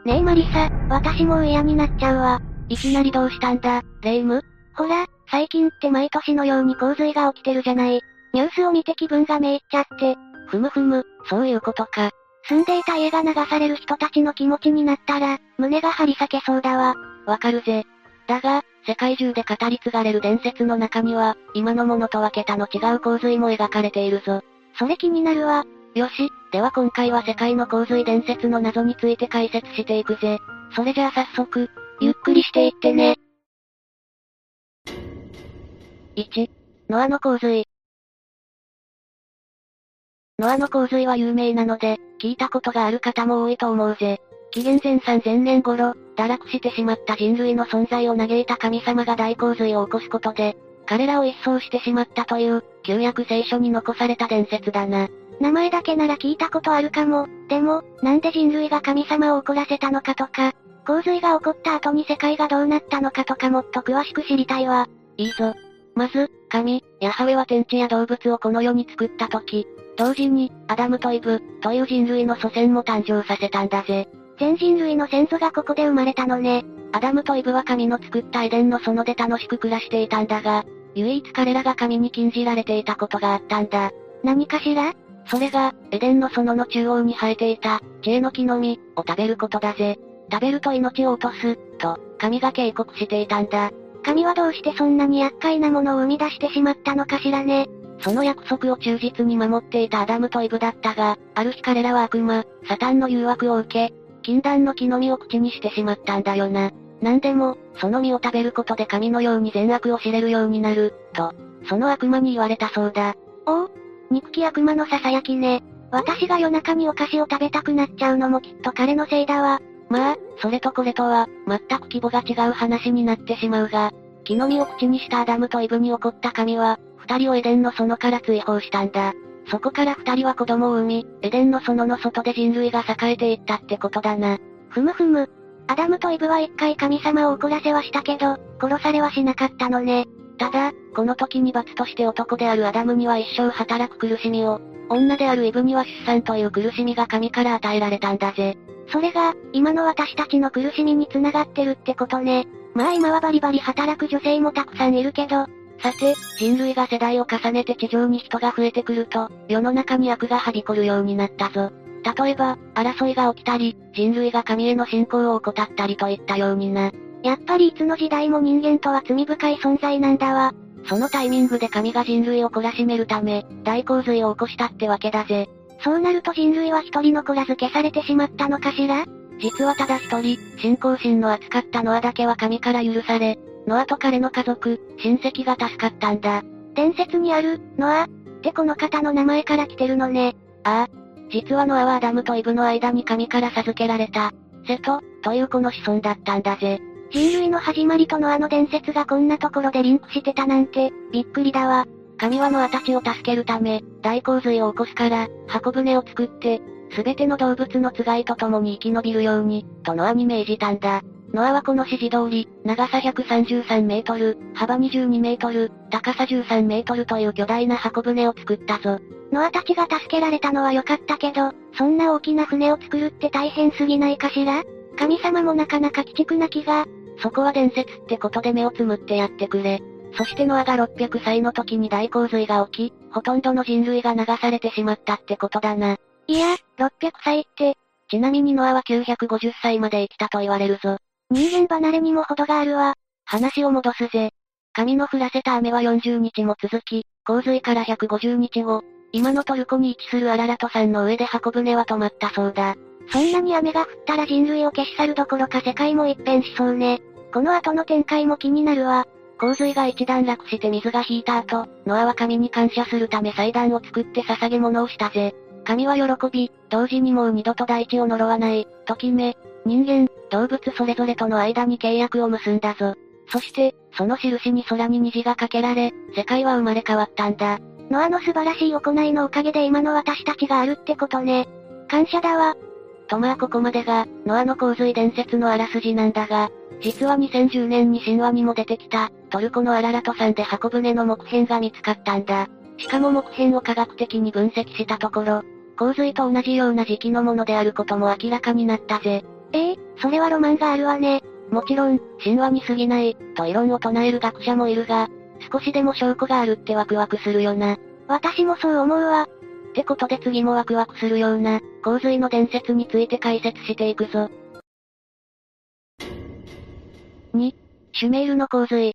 ねえマリサ、私もう嫌になっちゃうわ。 いきなりどうしたんだ、レ夢ム？ ほら、最近って毎年のように洪水が起きてるじゃない。ニュースを見て気分がめいっちゃって。 ふむふむ、そういうことか。 住んでいた家が流される人たちの気持ちになったら、胸が張り裂けそうだわ。 わかるぜ。だが、世界中で語り継がれる伝説の中には、今のものとは桁の違う洪水も描かれているぞ。 それ気になるわ。 よし、では今回は世界の洪水伝説の謎について解説していくぜ。それじゃあ早速、 ゆっくりしていってね。 1、ノアの洪水。ノアの洪水は有名なので、聞いたことがある方も多いと思うぜ。紀元前3000年頃、堕落してしまった人類の存在を嘆いた神様が大洪水を起こすことで、彼らを一掃してしまったという、旧約聖書に残された伝説だな。 名前だけなら聞いたことあるかも。でも、なんで人類が神様を怒らせたのかとか、洪水が起こった後に世界がどうなったのかとかもっと詳しく知りたいわ。 いいぞ。まず、神、ヤハウェは天地や動物をこの世に作った時、同時に、アダムとイブ、という人類の祖先も誕生させたんだぜ。 全人類の先祖がここで生まれたのね。 アダムとイブは神の作ったエデンの園で楽しく暮らしていたんだが、唯一彼らが神に禁じられていたことがあったんだ。 何かしら？ それが、エデンの園の中央に生えていた、知恵の木の実、を食べることだぜ。食べると命を落とす、と、神が警告していたんだ。 神はどうしてそんなに厄介なものを生み出してしまったのかしらね。 その約束を忠実に守っていたアダムとイブだったが、ある日彼らは悪魔、サタンの誘惑を受け、禁断の木の実を口にしてしまったんだよな。なんでも、その実を食べることで神のように善悪を知れるようになる、と、その悪魔に言われたそうだ。 おお、憎き悪魔の囁きね。私が夜中にお菓子を食べたくなっちゃうのもきっと彼のせいだわ。 まあ、それとこれとは、全く規模が違う話になってしまうが、木の実を口にしたアダムとイブに怒った神は、二人をエデンの園から追放したんだ。そこから二人は子供を産み、エデンの園の外で人類が栄えていったってことだな。 ふむふむ。アダムとイブは一回神様を怒らせはしたけど、殺されはしなかったのね。 ただ、この時に罰として男であるアダムには一生働く苦しみを、女であるイブには出産という苦しみが神から与えられたんだぜ。 それが、今の私たちの苦しみに繋がってるってことね。まあ今はバリバリ働く女性もたくさんいるけど、 さて、人類が世代を重ねて地上に人が増えてくると、世の中に悪がはびこるようになったぞ。例えば、争いが起きたり、人類が神への信仰を怠ったりといったようにな。 やっぱりいつの時代も人間とは罪深い存在なんだわ。 そのタイミングで神が人類を懲らしめるため、大洪水を起こしたってわけだぜ。 そうなると人類は一人残らず消されてしまったのかしら？ 実はただ一人、信仰心の厚かったノアだけは神から許され、ノアと彼の家族、親戚が助かったんだ。 伝説にある、ノアってこの方の名前から来てるのね。 ああ。実はノアはアダムとイブの間に神から授けられた、セト、という子の子孫だったんだぜ。 人類の始まりとノアの伝説がこんなところでリンクしてたなんて、びっくりだわ。 神はノアたちを助けるため、大洪水を起こすから、箱舟を作って、すべての動物のつがいと共に生き延びるように、とノアに命じたんだ。ノアはこの指示通り、長さ133メートル、幅22メートル、高さ13メートルという巨大な箱舟を作ったぞ。 ノアたちが助けられたのは良かったけど、そんな大きな船を作るって大変すぎないかしら？神様もなかなか鬼畜な気が。 そこは伝説ってことで目をつむってやってくれ。そしてノアが600歳の時に大洪水が起き、ほとんどの人類が流されてしまったってことだな。 いや、600歳って。 ちなみにノアは950歳まで生きたと言われるぞ。 人間離れにも程があるわ。 話を戻すぜ。神の降らせた雨は40日も続き、洪水から150日後、今のトルコに位置するアララト山の上で箱舟は止まったそうだ。 そんなに雨が降ったら人類を消し去るどころか世界も一変しそうね。この後の展開も気になるわ。 洪水が一段落して水が引いた後、ノアは神に感謝するため祭壇を作って捧げ物をしたぜ。神は喜び、同時にもう二度と大地を呪わない、と決め、人間、動物それぞれとの間に契約を結んだぞ。そして、その印に空に虹がかけられ、世界は生まれ変わったんだ。 ノアの素晴らしい行いのおかげで今の私たちがあるってことね。感謝だわ。 とまあここまでが、ノアの洪水伝説のあらすじなんだが、実は2010年に神話にも出てきた、トルコのアララト山で箱舟の木片が見つかったんだ。しかも木片を科学的に分析したところ、洪水と同じような時期のものであることも明らかになったぜ。 それはロマンがあるわね。 もちろん、神話に過ぎない、と異論を唱える学者もいるが、少しでも証拠があるってワクワクするよな。 私もそう思うわ。 ってことで次もワクワクするような、洪水の伝説について解説していくぞ。2、シュメールの洪水。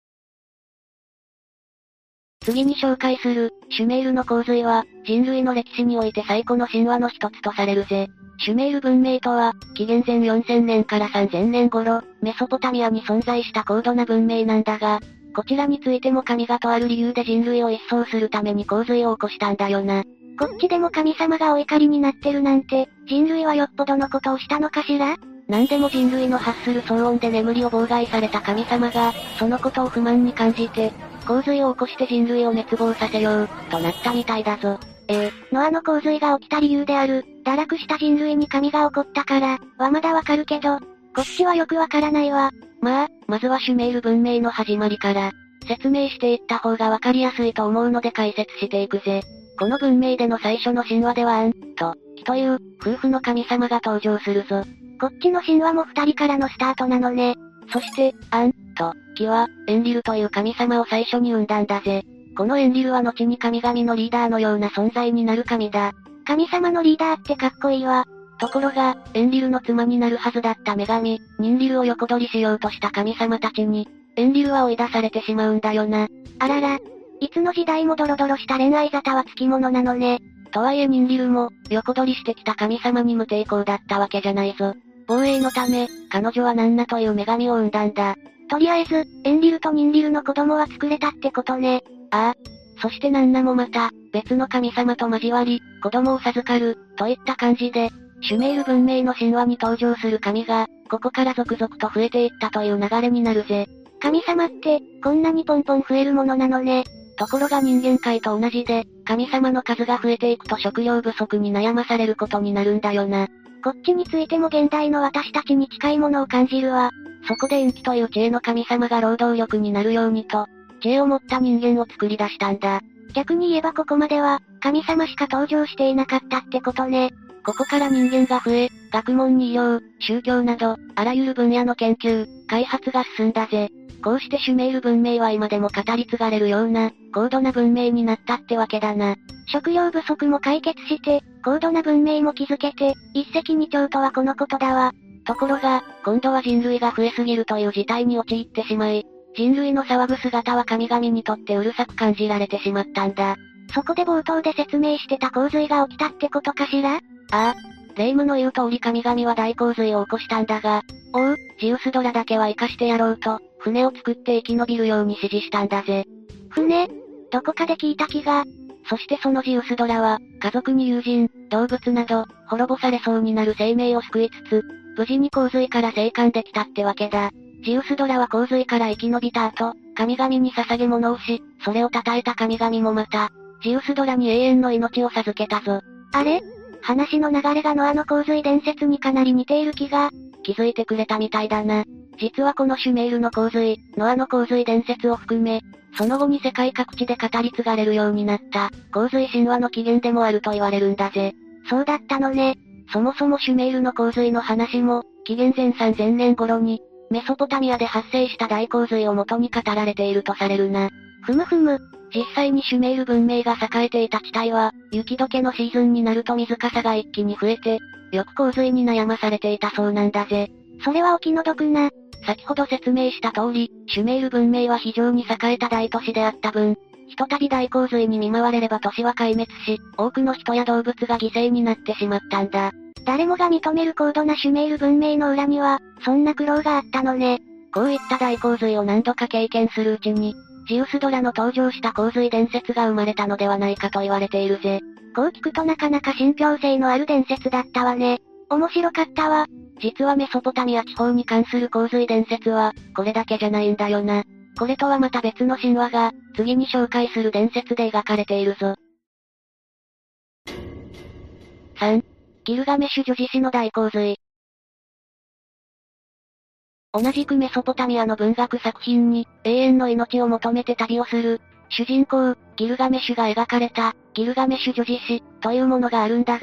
次に紹介する、シュメールの洪水は、人類の歴史において最古の神話の一つとされるぜ。シュメール文明とは、紀元前4000年から3000年頃、メソポタミアに存在した高度な文明なんだが、こちらについても神がとある理由で人類を一掃するために洪水を起こしたんだよな。 こっちでも神様がお怒りになってるなんて、人類はよっぽどのことをしたのかしら？ なんでも人類の発する騒音で眠りを妨害された神様が、そのことを不満に感じて、洪水を起こして人類を滅亡させよう、となったみたいだぞ。 ノアの洪水が起きた理由である、堕落した人類に神が怒ったから、はまだわかるけど、こっちはよくわからないわ。 まあ、まずはシュメール文明の始まりから、説明していった方がわかりやすいと思うので解説していくぜ。この文明での最初の神話ではアン、と、キという、夫婦の神様が登場するぞ。 こっちの神話も二人からのスタートなのね。 そして、アン、と、キは、エンリルという神様を最初に生んだんだぜ。このエンリルは後に神々のリーダーのような存在になる神だ。 神様のリーダーってかっこいいわ。 ところが、エンリルの妻になるはずだった女神、ニンリルを横取りしようとした神様たちに、エンリルは追い出されてしまうんだよな。 あらら。いつの時代もドロドロした恋愛沙汰はつきものなのね。 とはいえニンリルも、横取りしてきた神様に無抵抗だったわけじゃないぞ。防衛のため、彼女はナンナという女神を生んだんだ。 とりあえず、エンリルとニンリルの子供は作れたってことね。 ああ。そしてナンナもまた、別の神様と交わり、子供を授かる、といった感じで、シュメール文明の神話に登場する神が、ここから続々と増えていったという流れになるぜ。 神様って、こんなにポンポン増えるものなのね。 ところが人間界と同じで、神様の数が増えていくと食料不足に悩まされることになるんだよな。 こっちについても現代の私たちに近いものを感じるわ。 そこで陰気という知恵の神様が労働力になるようにと、知恵を持った人間を作り出したんだ。 逆に言えばここまでは、神様しか登場していなかったってことね。 ここから人間が増え、学問に医療、宗教など、あらゆる分野の研究、開発が進んだぜ。こうしてシュメール文明は今でも語り継がれるような、高度な文明になったってわけだな。 食料不足も解決して、高度な文明も築けて、一石二鳥とはこのことだわ。 ところが、今度は人類が増えすぎるという事態に陥ってしまい、人類の騒ぐ姿は神々にとってうるさく感じられてしまったんだ。 そこで冒頭で説明してた洪水が起きたってことかしら？ ああ。霊夢の言う通り神々は大洪水を起こしたんだが、ジウスドラだけは生かしてやろうと、船を作って生き延びるように指示したんだぜ。 船？どこかで聞いた気が。 そしてそのジウスドラは、家族に友人、動物など、滅ぼされそうになる生命を救いつつ、無事に洪水から生還できたってわけだ。ジウスドラは洪水から生き延びた後、神々に捧げ物をし、それを称えた神々もまた、ジウスドラに永遠の命を授けたぞ。 あれ？話の流れがノアの洪水伝説にかなり似ている気が。 気づいてくれたみたいだな。実はこのシュメールの洪水、ノアの洪水伝説を含め、その後に世界各地で語り継がれるようになった、洪水神話の起源でもあると言われるんだぜ。 そうだったのね。 そもそもシュメールの洪水の話も、紀元前3000年頃に、メソポタミアで発生した大洪水を元に語られているとされるな。 ふむふむ。 実際にシュメール文明が栄えていた地帯は、雪解けのシーズンになると水かさが一気に増えて、よく洪水に悩まされていたそうなんだぜ。 それはお気の毒な。 先ほど説明した通り、シュメール文明は非常に栄えた大都市であった分、ひとたび大洪水に見舞われれば都市は壊滅し、多くの人や動物が犠牲になってしまったんだ。 誰もが認める高度なシュメール文明の裏には、そんな苦労があったのね。 こういった大洪水を何度か経験するうちに、ジウスドラの登場した洪水伝説が生まれたのではないかと言われているぜ。 こう聞くとなかなか信憑性のある伝説だったわね。面白かったわ。 実はメソポタミア地方に関する洪水伝説は、これだけじゃないんだよな。これとはまた別の神話が、次に紹介する伝説で描かれているぞ。3、ギルガメシュ女子誌の大洪水。同じくメソポタミアの文学作品に、永遠の命を求めて旅をする、主人公、ギルガメシュが描かれた、ギルガメシュ女子誌、というものがあるんだが、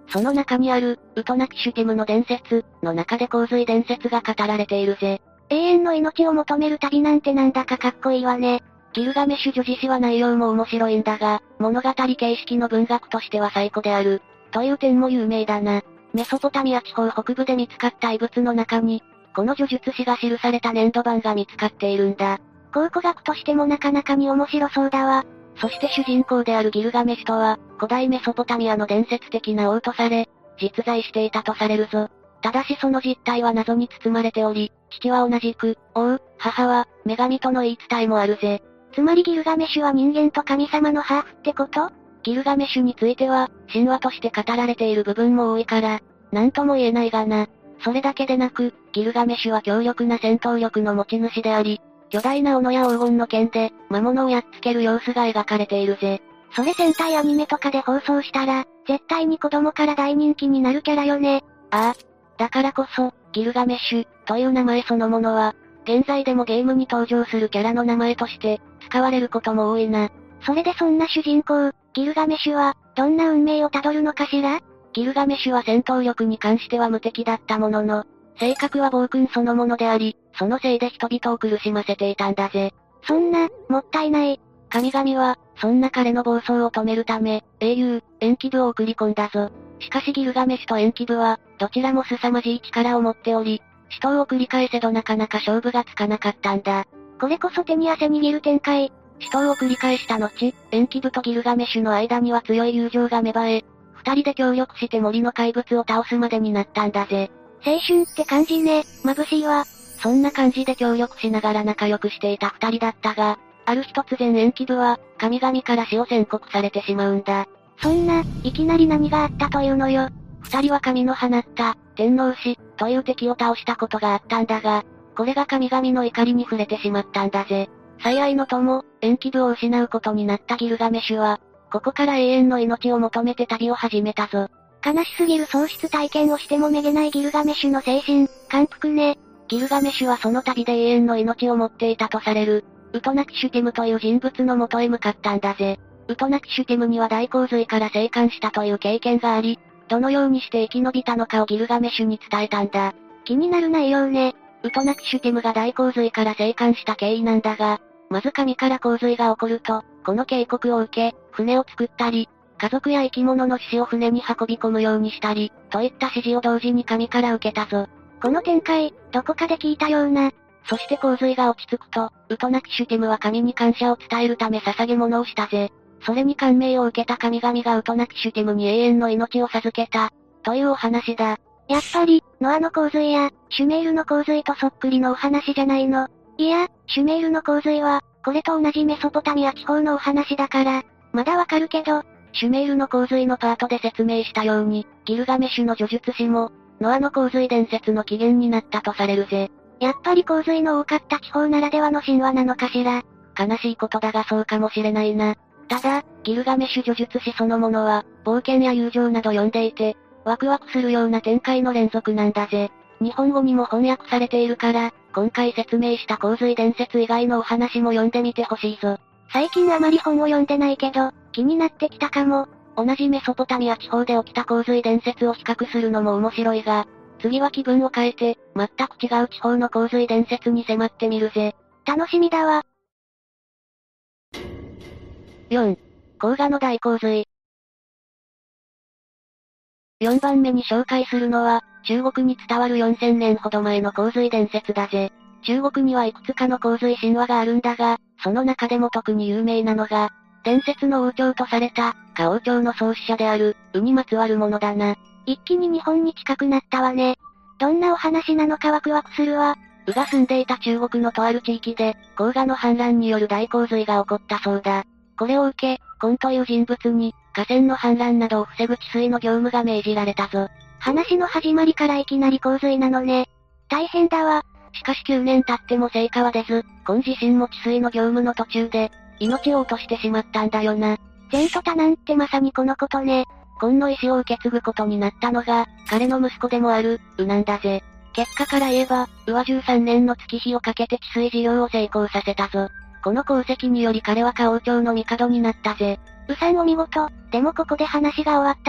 その中にある、ウトナキシュテムの伝説、の中で洪水伝説が語られているぜ。 永遠の命を求める旅なんてなんだかかっこいいわね。 ギルガメシュ叙事詩は内容も面白いんだが、物語形式の文学としては最古である。という点も有名だな。メソポタミア地方北部で見つかった遺物の中に、この叙述詩が記された粘土板が見つかっているんだ。 考古学としてもなかなかに面白そうだわ。 そして主人公であるギルガメシュとは、古代メソポタミアの伝説的な王とされ、実在していたとされるぞ。ただしその実態は謎に包まれており、父は同じく、王、母は、女神との言い伝えもあるぜ。 つまりギルガメシュは人間と神様のハーフってこと？ ギルガメシュについては、神話として語られている部分も多いから、なんとも言えないがな。それだけでなく、ギルガメシュは強力な戦闘力の持ち主であり、巨大な斧や黄金の剣で、魔物をやっつける様子が描かれているぜ。 それ戦隊アニメとかで放送したら、絶対に子供から大人気になるキャラよね。 ああ。だからこそ、ギルガメシュ、という名前そのものは、現在でもゲームに登場するキャラの名前として、使われることも多いな。 それでそんな主人公、ギルガメシュは、どんな運命をたどるのかしら？ ギルガメシュは戦闘力に関しては無敵だったものの、性格は暴君そのものであり、そのせいで人々を苦しませていたんだぜ。 そんな、もったいない。 神々は、そんな彼の暴走を止めるため、英雄、エンキブを送り込んだぞ。しかしギルガメシュとエンキブは、どちらも凄まじい力を持っており、死闘を繰り返せどなかなか勝負がつかなかったんだ。 これこそ手に汗握る展開。 死闘を繰り返した後、エンキブとギルガメシュの間には強い友情が芽生え、二人で協力して森の怪物を倒すまでになったんだぜ。 青春って感じね、眩しいわ。 そんな感じで協力しながら仲良くしていた二人だったが、ある日突然エンキブは、神々から死を宣告されてしまうんだ。 そんな、いきなり何があったというのよ。 二人は神の放った、天皇使、という敵を倒したことがあったんだが、これが神々の怒りに触れてしまったんだぜ。最愛の友、エンキブを失うことになったギルガメシュは、ここから永遠の命を求めて旅を始めたぞ。 悲しすぎる喪失体験をしてもめげないギルガメシュの精神、感服ね。 ギルガメシュはその旅で永遠の命を持っていたとされる、ウトナキシュテムという人物の元へ向かったんだぜ。ウトナキシュテムには大洪水から生還したという経験があり、どのようにして生き延びたのかをギルガメシュに伝えたんだ。 気になる内容ね。 ウトナキシュテムが大洪水から生還した経緯なんだが、まず神から洪水が起こると、この警告を受け、船を作ったり、家族や生き物の死を船に運び込むようにしたり、といった指示を同時に神から受けたぞ。 この展開、どこかで聞いたような。 そして洪水が落ち着くと、ウトナキシュテムは神に感謝を伝えるため捧げ物をしたぜ。それに感銘を受けた神々がウトナキシュテムに永遠の命を授けた、というお話だ。 やっぱり、ノアの洪水や、シュメールの洪水とそっくりのお話じゃないの。いや、シュメールの洪水は、これと同じメソポタミア地方のお話だから、まだわかるけど、 シュメールの洪水のパートで説明したように、ギルガメシュの叙述詩も、ノアの洪水伝説の起源になったとされるぜ。 やっぱり洪水の多かった地方ならではの神話なのかしら。 悲しいことだがそうかもしれないな。ただ、ギルガメシュ叙述詩そのものは、冒険や友情など読んでいて、ワクワクするような展開の連続なんだぜ。日本語にも翻訳されているから、今回説明した洪水伝説以外のお話も読んでみてほしいぞ。 最近あまり本を読んでないけど、気になってきたかも。 同じメソポタミア地方で起きた洪水伝説を比較するのも面白いが、次は気分を変えて、全く違う地方の洪水伝説に迫ってみるぜ。 楽しみだわ。 4. 黄河の大洪水。4番目に紹介するのは、中国に伝わる4000年ほど前の洪水伝説だぜ。中国にはいくつかの洪水神話があるんだが、その中でも特に有名なのが、伝説の王朝とされた、夏王朝の創始者である、禹にまつわるものだな。 一気に日本に近くなったわね。どんなお話なのかワクワクするわ。 禹が住んでいた中国のとある地域で、黄河の氾濫による大洪水が起こったそうだ。これを受け、コンという人物に、河川の氾濫などを防ぐ治水の業務が命じられたぞ。 話の始まりからいきなり洪水なのね。大変だわ。 しかし9年経っても成果は出ず、コン自身も治水の業務の途中で、命を落としてしまったんだよな。 前途多難ってまさにこのことね。 コンの意思を受け継ぐことになったのが、彼の息子でもある、禹なんだぜ。結果から言えば、禹は13年の月日をかけて治水事業を成功させたぞ。この功績により彼は夏王朝の帝になったぜ。 禹さんお見事。でもここで話が終わったら、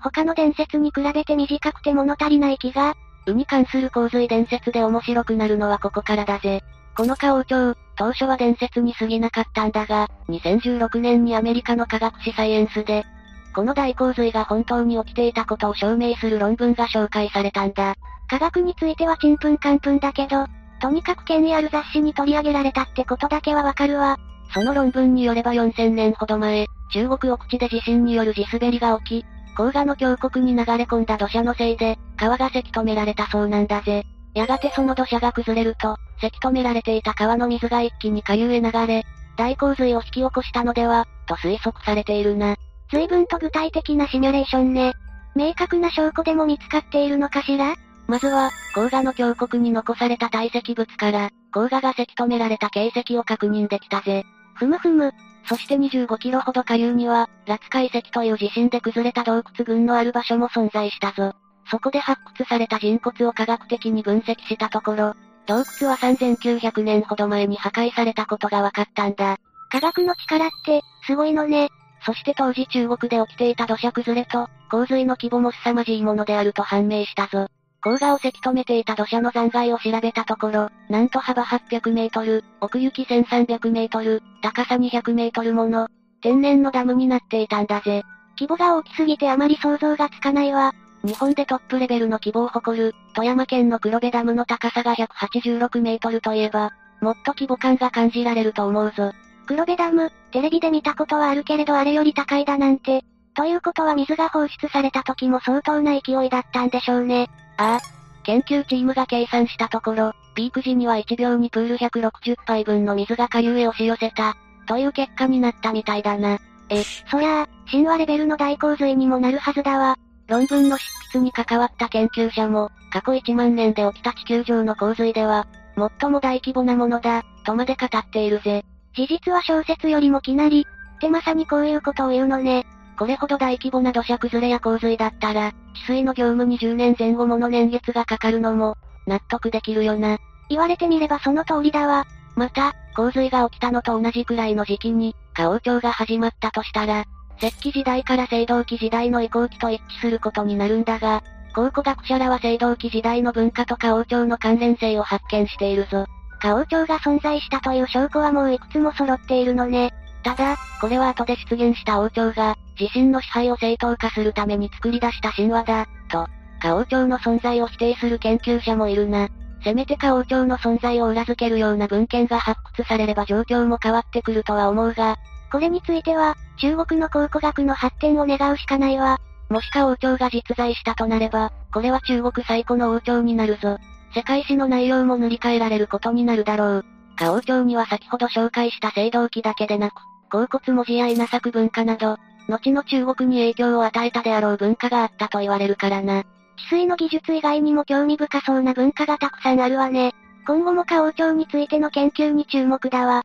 他の伝説に比べて短くて物足りない気が。 に関する洪水伝説で面白くなるのはここからだぜ。この花王朝、当初は伝説に過ぎなかったんだが、2016年にアメリカの科学誌サイエンスで、この大洪水が本当に起きていたことを証明する論文が紹介されたんだ。 科学についてはちんぷんかんぷんだけど、とにかく権威ある雑誌に取り上げられたってことだけはわかるわ。 その論文によれば4000年ほど前、中国奥地で地震による地滑りが起き、黄河の峡谷に流れ込んだ土砂のせいで、川がせき止められたそうなんだぜ。やがてその土砂が崩れると、せき止められていた川の水が一気に下流へ流れ、大洪水を引き起こしたのでは、と推測されているな。 随分と具体的なシミュレーションね。明確な証拠でも見つかっているのかしら？ まずは、黄河の峡谷に残された堆積物から、黄河がせき止められた形跡を確認できたぜ。 ふむふむ。 そして25キロほど下流には、ラツ海石という地震で崩れた洞窟群のある場所も存在したぞ。そこで発掘された人骨を科学的に分析したところ、洞窟は3900年ほど前に破壊されたことが分かったんだ。 科学の力って、すごいのね。 そして当時中国で起きていた土砂崩れと、洪水の規模も凄まじいものであると判明したぞ。黄河をせき止めていた土砂の残骸を調べたところ、なんと幅800メートル、奥行き1300メートル、高さ200メートルもの、天然のダムになっていたんだぜ。 規模が大きすぎてあまり想像がつかないわ。 日本でトップレベルの規模を誇る、富山県の黒部ダムの高さが186メートルといえば、もっと規模感が感じられると思うぞ。 黒部ダム、テレビで見たことはあるけれどあれより高いだなんて。ということは水が放出された時も相当な勢いだったんでしょうね。 ああ。研究チームが計算したところ、ピーク時には1秒にプール160杯分の水が下流へ押し寄せた、という結果になったみたいだな。 そりゃあ、神話レベルの大洪水にもなるはずだわ。 論文の執筆に関わった研究者も、過去1万年で起きた地球上の洪水では、最も大規模なものだ、とまで語っているぜ。 事実は小説よりもきなり、ってまさにこういうことを言うのね。 これほど大規模な土砂崩れや洪水だったら、治水の業務に10年前後もの年月がかかるのも、納得できるよな。 言われてみればその通りだわ。 また、洪水が起きたのと同じくらいの時期に、花王朝が始まったとしたら、石器時代から青銅器時代の移行期と一致することになるんだが、考古学者らは青銅器時代の文化と花王朝の関連性を発見しているぞ。 花王朝が存在したという証拠はもういくつも揃っているのね。 ただ、これは後で出現した王朝が、自身の支配を正当化するために作り出した神話だ、と、花王朝の存在を否定する研究者もいるな。せめて花王朝の存在を裏付けるような文献が発掘されれば状況も変わってくるとは思うが、 これについては、中国の考古学の発展を願うしかないわ。 もし花王朝が実在したとなれば、これは中国最古の王朝になるぞ。世界史の内容も塗り替えられることになるだろう。花王朝には先ほど紹介した青銅器だけでなく、甲骨文字や稲作文化など、後の中国に影響を与えたであろう文化があったと言われるからな。 治水の技術以外にも興味深そうな文化がたくさんあるわね。今後も花王朝についての研究に注目だわ。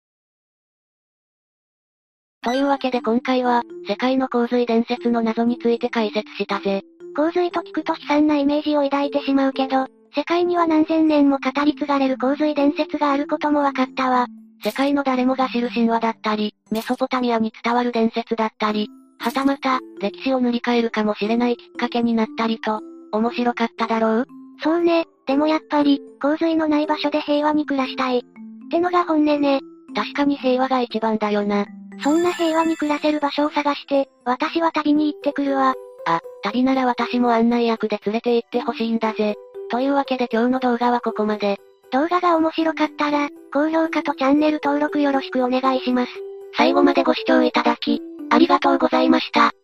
というわけで今回は、世界の洪水伝説の謎について解説したぜ。 洪水と聞くと悲惨なイメージを抱いてしまうけど、世界には何千年も語り継がれる洪水伝説があることも分かったわ。 世界の誰もが知る神話だったり、メソポタミアに伝わる伝説だったり、はたまた、歴史を塗り替えるかもしれないきっかけになったりと、面白かっただろう？ そうね、でもやっぱり、洪水のない場所で平和に暮らしたい。ってのが本音ね。 確かに平和が一番だよな。 そんな平和に暮らせる場所を探して、私は旅に行ってくるわ。 あ、旅なら私も案内役で連れて行ってほしいんだぜ。というわけで今日の動画はここまで。 動画が面白かったら、高評価とチャンネル登録よろしくお願いします。 最後までご視聴いただき、ありがとうございました。